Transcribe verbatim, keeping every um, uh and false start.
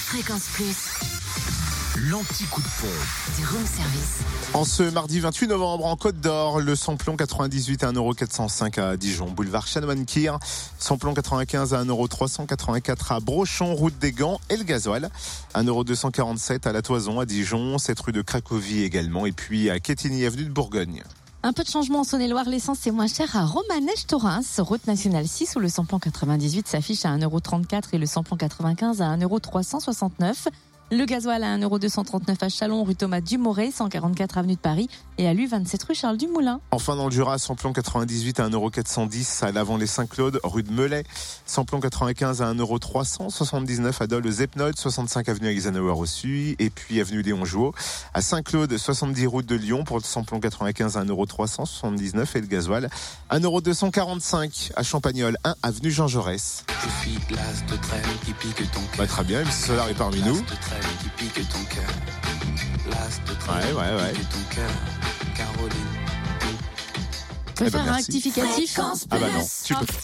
Fréquence Plus, l'anti-coup de pompe du room service. En ce mardi vingt-huit novembre, en Côte d'Or, le samplon quatre-vingt-dix-huit à un euro quatre cent cinq à Dijon, boulevard Chanoine-Kir, samplon quatre-vingt-quinze à un euro trois cent quatre-vingt-quatre à Brochon, route des Gants, et le gasoil, un euro deux cent quarante-sept à La Toison, à Dijon, cette rue de Cracovie également, et puis à Quetigny, avenue de Bourgogne. Un peu de changement en Saône-et-Loire, l'essence est moins chère à Romanèche-Thorens, route nationale six, où le samplon quatre-vingt-dix-huit s'affiche à un euro trente-quatre et le samplon quatre-vingt-quinze à un euro trois cent soixante-neuf. Le gasoil à un euro deux cent trente-neuf à Châlons, rue Thomas Dumoré, cent quarante-quatre avenue de Paris, et à l'U vingt-sept rue Charles Dumoulin. Enfin dans le Jura, samplon quatre-vingt-dix-huit à un euro quatre cent dix à Lavant-les-Saint-Claude, rue de Melay, samplon quatre-vingt-quinze à un euro trois cent soixante-dix-neuf à Dole-Zepnod, soixante-cinq avenue Eisenhower au Sud, et puis avenue Léon Jouot, à Saint-Claude, soixante-dix route de Lyon, pour le samplon quatre-vingt-quinze à un euro trois cent soixante-dix-neuf et le gasoil un euro deux cent quarante-cinq à Champagnol, un avenue Jean Jaurès. Je suis l'as de trêve qui pique ton cœur. Bah, très bien, M C Solar est parmi nous. L'as de trêve qui pique ton cœur. L'as de trêve Ouais, ouais, ouais. qui pique ton cœur. Caroline. Tu peux Eh ben, faire un merci. rectificatif? Ah bah non, tu peux.